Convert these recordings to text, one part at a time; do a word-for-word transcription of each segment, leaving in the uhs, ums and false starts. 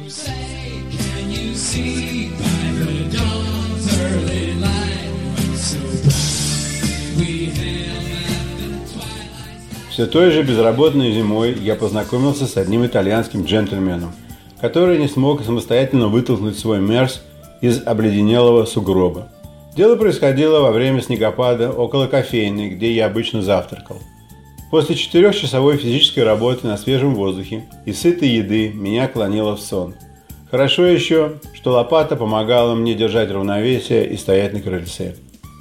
Все той же безработной зимой я познакомился с одним итальянским джентльменом, который не смог самостоятельно вытолкнуть свой мерс из обледенелого сугроба. Дело происходило во время снегопада около кофейной, где я обычно завтракал. После четырехчасовой физической работы на свежем воздухе и сытой еды меня клонило в сон. Хорошо еще, что лопата помогала мне держать равновесие и стоять на крыльце.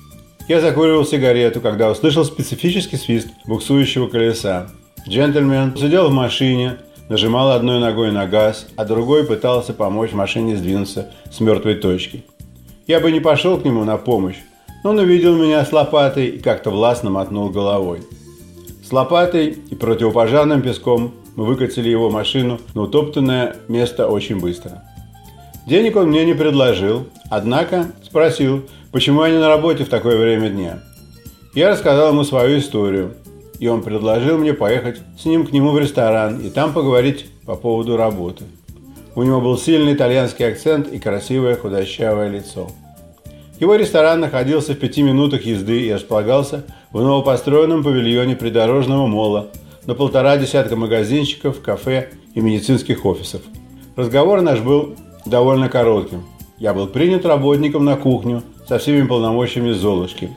Я закуривал сигарету, когда услышал специфический свист буксующего колеса. Джентльмен сидел в машине, нажимал одной ногой на газ, а другой пытался помочь машине сдвинуться с мертвой точки. Я бы не пошел к нему на помощь, но он увидел меня с лопатой и как-то властно мотнул головой. С лопатой и противопожарным песком мы выкатили его машину на утоптанное место очень быстро. Денег он мне не предложил, однако спросил, почему я не на работе в такое время дня. Я рассказал ему свою историю, и он предложил мне поехать с ним к нему в ресторан и там поговорить по поводу работы. У него был сильный итальянский акцент и красивое худощавое лицо. Его ресторан находился в пяти минутах езды и располагался в новопостроенном павильоне придорожного молла на полтора десятка магазинчиков, кафе и медицинских офисов. Разговор наш был довольно коротким. Я был принят работником на кухню со всеми полномочиями Золушки.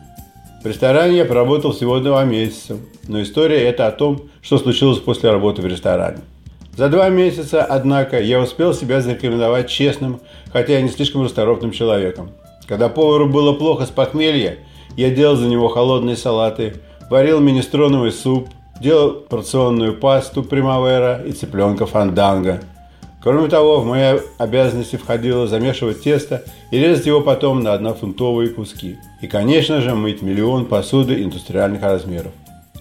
В ресторане я проработал всего два месяца, но история это о том, что случилось после работы в ресторане. За два месяца, однако, я успел себя зарекомендовать честным, хотя и не слишком расторопным человеком. Когда повару было плохо с похмелья, я делал за него холодные салаты, варил минестроновый суп, делал порционную пасту примавера и цыпленка фанданго. Кроме того, в мои обязанности входило замешивать тесто и резать его потом на однофунтовые куски. И, конечно же, мыть миллион посуды индустриальных размеров.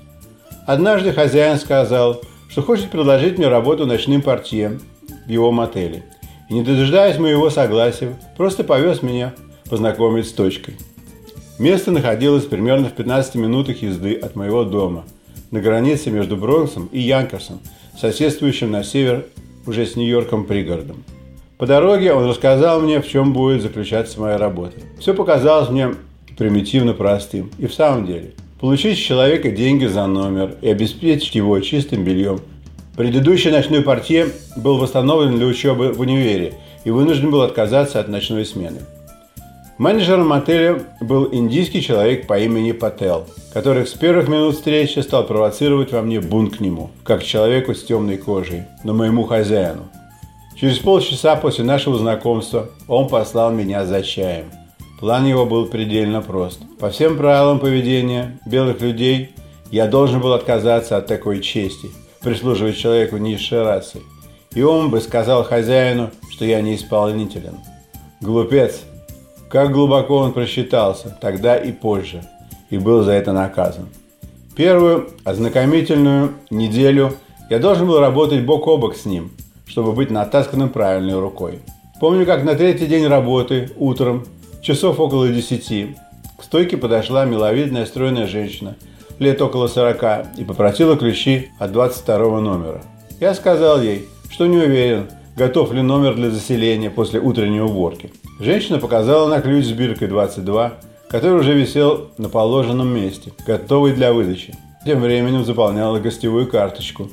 Однажды хозяин сказал, что хочет предложить мне работу ночным портье в его мотеле. И, не дожидаясь моего согласия, просто повез меня познакомить с точкой. Место находилось примерно в пятнадцати минутах езды от моего дома, на границе между Бронксом и Янкерсом, соседствующим на север уже с Нью-Йорком пригородом. По дороге он рассказал мне, в чем будет заключаться моя работа. Все показалось мне примитивно простым. И в самом деле, получить с человека деньги за номер и обеспечить его чистым бельем. Предыдущий ночной портье был восстановлен для учебы в универе и вынужден был отказаться от ночной смены. Менеджером мотеля был индийский человек по имени Пател, который с первых минут встречи стал провоцировать во мне бунт к нему, как к человеку с темной кожей, но моему хозяину. Через полчаса после нашего знакомства он послал меня за чаем. План его был предельно прост. По всем правилам поведения белых людей я должен был отказаться от такой чести, прислуживать человеку низшей расы. И он бы сказал хозяину, что я не исполнителен. Глупец! Как глубоко он просчитался, тогда и позже, и был за это наказан. Первую ознакомительную неделю я должен был работать бок о бок с ним, чтобы быть натасканным правильной рукой. Помню, как на третий день работы, утром, часов около десяти, к стойке подошла миловидная стройная женщина, лет около сорока, и попросила ключи от двадцать второго номера. Я сказал ей, что не уверен, готов ли номер для заселения после утренней уборки. Женщина показала на ключ с биркой двадцать два, который уже висел на положенном месте, готовый для выдачи. Тем временем заполняла гостевую карточку.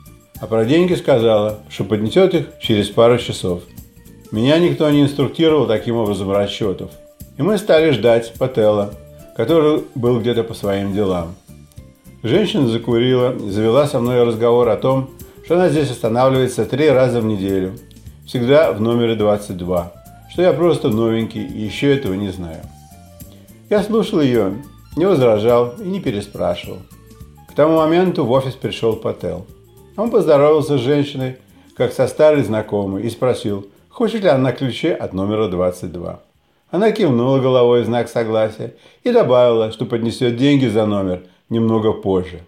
А про деньги сказала, что поднесет их через пару часов. Меня никто не инструктировал таким образом расчетов. И мы стали ждать Пателла, который был где-то по своим делам. Женщина закурила и завела со мной разговор о том, что она здесь останавливается три раза в неделю, всегда в номере двадцать два, что я просто новенький и еще этого не знаю. Я слушал ее, не возражал и не переспрашивал. К тому моменту в офис пришел Пателл. Он поздоровался с женщиной, как со старой знакомой, и спросил, хочет ли она ключи от номера двадцать два. Она кивнула головой в знак согласия и добавила, что поднесет деньги за номер немного позже.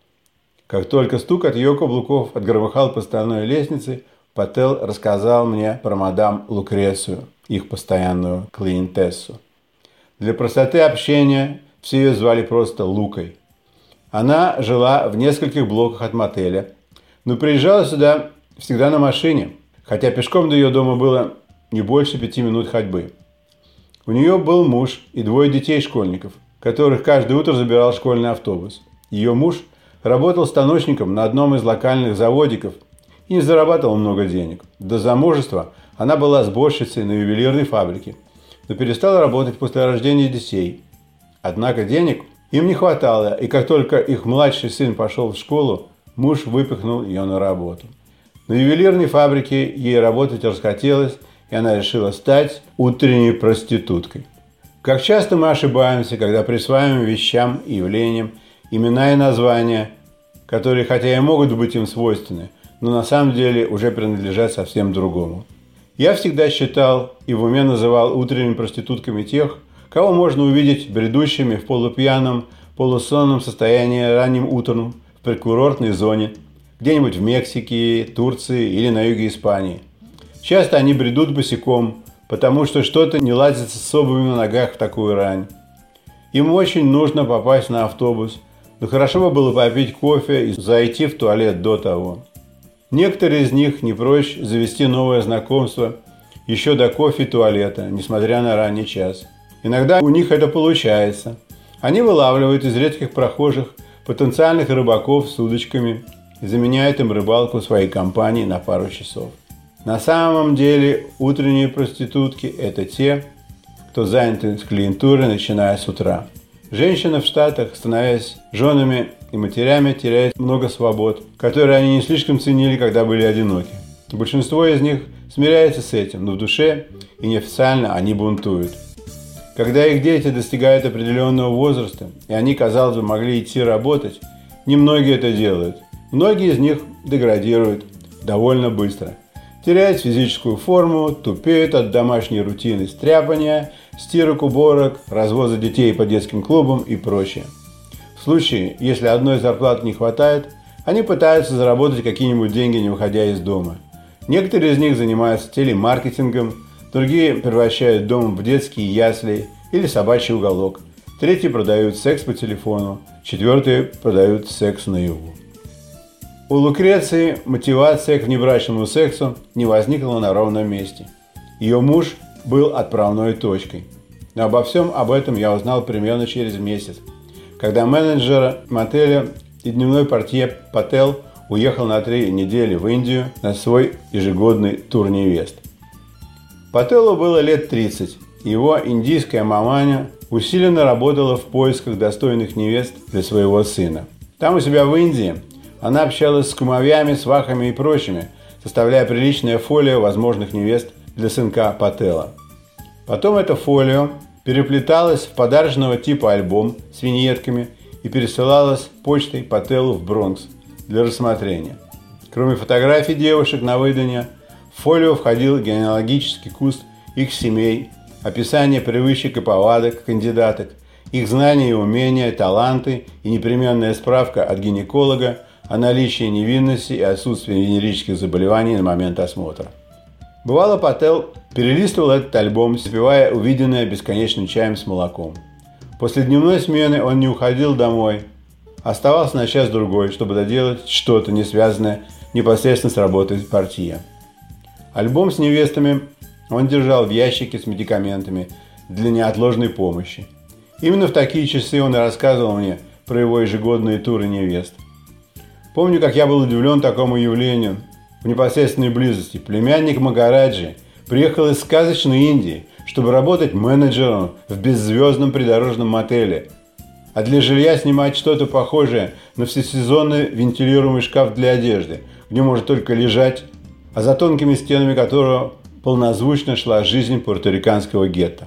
Как только стук от ее каблуков отгромыхал по стальной лестнице, Пателл рассказал мне про мадам Лукрецию, их постоянную клиентессу. Для простоты общения все ее звали просто Лукой. Она жила в нескольких блоках от мотеля, но приезжала сюда всегда на машине. хотя пешком до ее дома было не больше пяти минут ходьбы. У нее был муж и двое детей-школьников, которых каждое утро забирал школьный автобус. Ее муж работал станочником на одном из локальных заводиков и не зарабатывал много денег. До замужества она была сборщицей на ювелирной фабрике, но перестала работать после рождения детей. Однако денег им не хватало, и как только их младший сын пошел в школу, муж выпихнул ее на работу. На ювелирной фабрике ей работать расхотелось, и она решила стать утренней проституткой. Как часто мы ошибаемся, когда присваиваем вещам и явлениям имена и названия, которые хотя и могут быть им свойственны, но на самом деле уже принадлежат совсем другому. Я всегда считал и в уме называл утренними проститутками тех, кого можно увидеть бредущими в полупьяном, полусонном состоянии ранним утром в предкурортной зоне, где-нибудь в Мексике, Турции или на юге Испании. Часто они бредут босиком, потому что что-то не ладится с обувью на ногах в такую рань. Им очень нужно попасть на автобус, но хорошо бы было попить кофе и зайти в туалет до того. Некоторые из них не прочь завести новое знакомство еще до кофе и туалета, несмотря на ранний час. Иногда у них это получается. Они вылавливают из редких прохожих потенциальных рыбаков с удочками и заменяют им рыбалку в своей компании на пару часов. На самом деле утренние проститутки – это те, кто заняты с клиентурой, начиная с утра. Женщины в Штатах, становясь женами и матерями, теряют много свобод, которые они не слишком ценили, когда были одиноки. Большинство из них смиряется с этим, но в душе и неофициально они бунтуют. Когда их дети достигают определенного возраста, и они, казалось бы, могли идти работать, немногие это делают. Многие из них деградируют довольно быстро. Теряют физическую форму, тупеют от домашней рутины стряпания, стирок, уборок, развоза детей по детским клубам и прочее. В случае, если одной зарплаты не хватает, они пытаются заработать какие-нибудь деньги, не выходя из дома. Некоторые из них занимаются телемаркетингом, другие превращают дом в детские ясли или собачий уголок, третьи продают секс по телефону, четвертые продают секс наяву. У Лукреции мотивация к внебрачному сексу не возникла на ровном месте. Ее муж был отправной точкой. Но обо всем об этом я узнал примерно через месяц, когда менеджер мотеля и дневной портье Пател уехал на три недели в Индию на свой ежегодный тур невест. Пателу было лет тридцать, и его индийская маманя усиленно работала в поисках достойных невест для своего сына. Там у себя в Индии она общалась с кумовьями, свахами и прочими, составляя приличное фолио возможных невест для сынка Патела. Потом это фолио переплеталось в подарочного типа альбом с виньетками и пересылалось почтой Пателу в Бронкс для рассмотрения. Кроме фотографий девушек на выданье, в фолио входил генеалогический куст их семей, описание привычек и повадок кандидаток, их знания и умения, таланты и непременная справка от гинеколога о наличии невинности и отсутствии венерических заболеваний на момент осмотра. Бывало, Пател перелистывал этот альбом, запивая увиденное бесконечным чаем с молоком. После дневной смены он не уходил домой, оставался на час-другой, чтобы доделать что-то, не связанное непосредственно с работой портье. Альбом с невестами он держал в ящике с медикаментами для неотложной помощи. Именно в такие часы он и рассказывал мне про его ежегодные туры невест. Помню, как я был удивлен такому явлению в непосредственной близости. Племянник Магараджи приехал из сказочной Индии, чтобы работать менеджером в беззвездном придорожном мотеле, а для жилья снимать что-то похожее на всесезонный вентилируемый шкаф для одежды, где можно только лежать, а за тонкими стенами которого полнозвучно шла жизнь пуэрториканского гетто.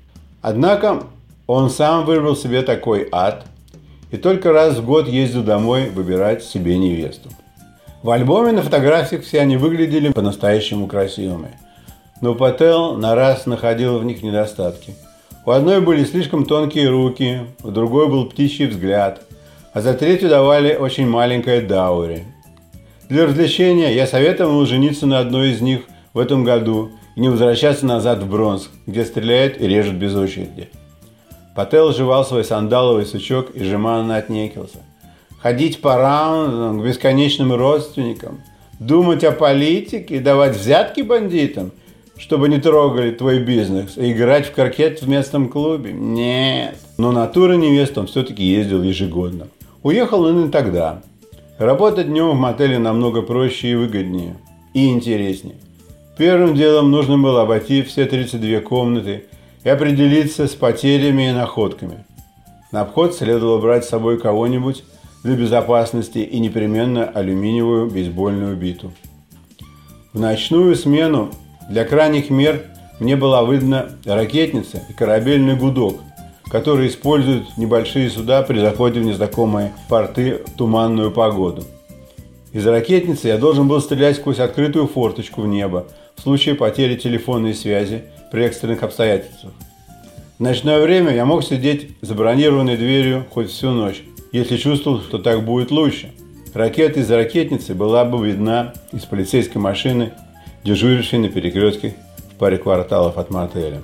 Однако он сам выбрал себе такой ад и только раз в год ездил домой выбирать себе невесту. В альбоме на фотографиях все они выглядели по-настоящему красивыми, но Пател на раз находил в них недостатки. У одной были слишком тонкие руки, у другой был птичий взгляд, а за третью давали очень маленькое даури. Для развлечения я советовал жениться на одной из них в этом году и не возвращаться назад в Бронкс, где стреляют и режут без очереди. Пател жевал свой сандаловый сучок и жеманно отнекился. Ходить по раундам к бесконечным родственникам, Думать о политике и давать взятки бандитам, чтобы не трогали твой бизнес, и играть в крокет в местном клубе? Нет. Но на туры невест он все-таки ездил ежегодно. Уехал он и тогда. Работать днем в мотеле намного проще и выгоднее. И интереснее. Первым делом нужно было обойти все тридцать две комнаты и определиться с потерями и находками. На обход следовало брать с собой кого-нибудь для безопасности и непременно алюминиевую бейсбольную биту. В ночную смену для крайних мер мне была видна ракетница и корабельный гудок, которые используют небольшие суда при заходе в незнакомые порты в туманную погоду. Из ракетницы я должен был стрелять сквозь открытую форточку в небо в случае потери телефонной связи при экстренных обстоятельствах. В ночное время я мог сидеть за бронированной дверью хоть всю ночь, если чувствовал, что так будет лучше. Ракета из ракетницы была бы видна из полицейской машины, дежурившей на перекрестке в паре кварталов от мотеля.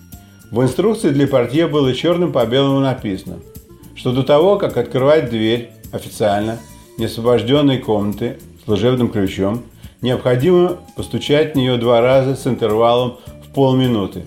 В инструкции для портье было черным по белому написано, что до того, как открывать дверь официально неосвобожденной комнаты служебным ключом, необходимо постучать в нее два раза с интервалом в полминуты.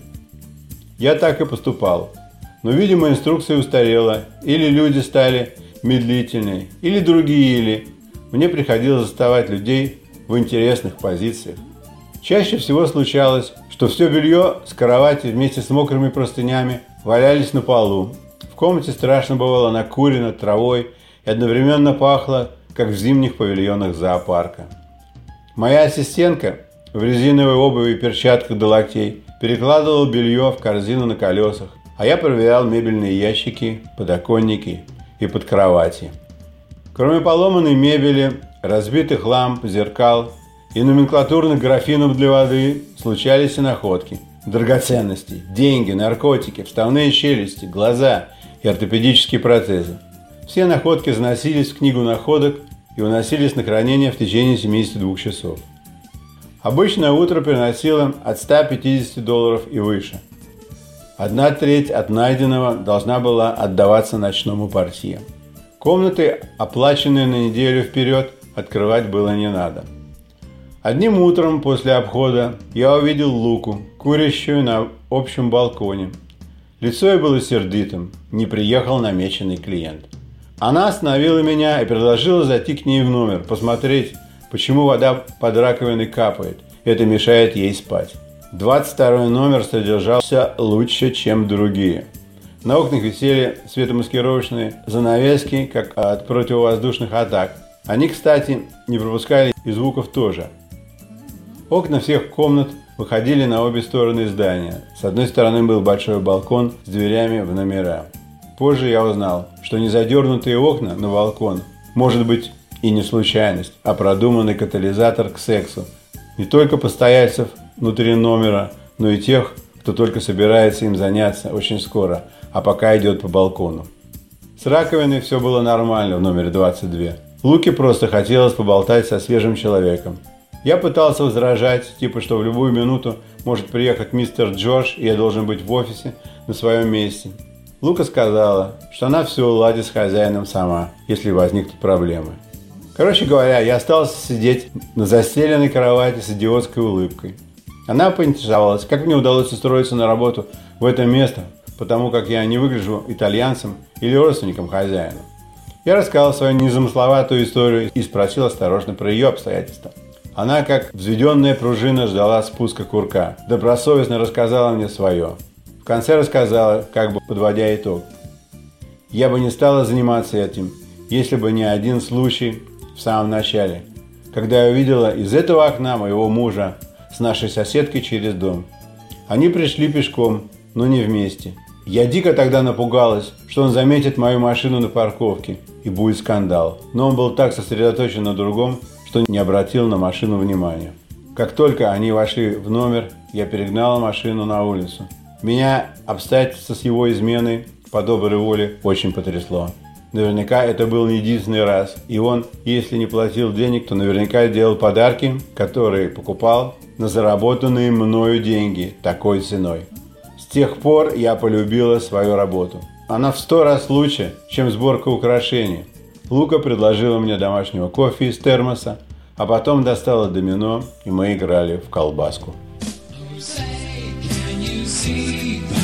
Я так и поступал. Но, видимо, инструкция устарела, или люди стали медлительнее, или другие, или мне приходилось заставать людей в интересных позициях. Чаще всего случалось, что все белье с кровати вместе с мокрыми простынями валялись на полу. В комнате страшно бывало накурено травой и одновременно пахло, как в зимних павильонах зоопарка. Моя ассистентка в резиновой обуви и перчатках до локтей перекладывала белье в корзину на колесах, а я проверял мебельные ящики, подоконники и под кровати. Кроме поломанной мебели, разбитых ламп, зеркал и номенклатурных графинов для воды случались и находки. Драгоценности, деньги, наркотики, вставные челюсти, глаза и ортопедические протезы. Все находки заносились в книгу находок и уносились на хранение в течение семидесяти двух часов. Обычное утро приносило от ста пятидесяти долларов и выше. Одна треть от найденного должна была отдаваться ночному портье. Комнаты, оплаченные на неделю вперед, открывать было не надо. Одним утром после обхода я увидел Луку, курящую на общем балконе. Лицо ее было сердитым, не приехал намеченный клиент. Она остановила меня и предложила зайти к ней в номер, посмотреть, почему вода под раковиной капает. Это мешает ей спать. двадцать второй номер содержался лучше, чем другие. На окнах висели светомаскировочные занавески, как от противовоздушных атак. Они, кстати, не пропускали и звуков тоже. Окна всех комнат выходили на обе стороны здания. С одной стороны был большой балкон с дверями в номера. Позже я узнал, что незадернутые окна на балкон может быть и не случайность, а продуманный катализатор к сексу. Не только постояльцев внутри номера, но и тех, кто только собирается им заняться очень скоро, а пока идет по балкону. С раковиной все было нормально в номере двадцать два. Луке просто хотелось поболтать со свежим человеком. Я пытался возражать, типа, что в любую минуту может приехать мистер Джордж, и я должен быть в офисе на своем месте. Лука сказала, что она все уладит с хозяином сама, если возникнут проблемы. Короче говоря, я остался сидеть на застеленной кровати с идиотской улыбкой. Она поинтересовалась, как мне удалось устроиться на работу в это место, потому как я не выгляжу итальянцем или родственником хозяина. Я рассказал свою незамысловатую историю и спросил осторожно про ее обстоятельства. Она, как взведенная пружина, ждала спуска курка. Добросовестно рассказала мне свое. В конце рассказала, как бы подводя итог. Я бы не стала заниматься этим, если бы не один случай в самом начале, когда я увидела из этого окна моего мужа с нашей соседкой через дом. Они пришли пешком, но не вместе. Я дико тогда напугалась, что он заметит мою машину на парковке и будет скандал. Но он был так сосредоточен на другом, что не обратил на машину внимания. Как только они вошли в номер, я перегнала машину на улицу. Меня обстоятельства с его изменой по доброй воле очень потрясло. Наверняка это был не единственный раз, и он, если не платил денег, то наверняка делал подарки, которые покупал на заработанные мною деньги такой ценой. С тех пор я полюбила свою работу. Она в сто раз лучше, чем сборка украшений. Лука предложила мне домашнего кофе из термоса, А потом достала домино, и мы играли в колбаску. Say, can you see?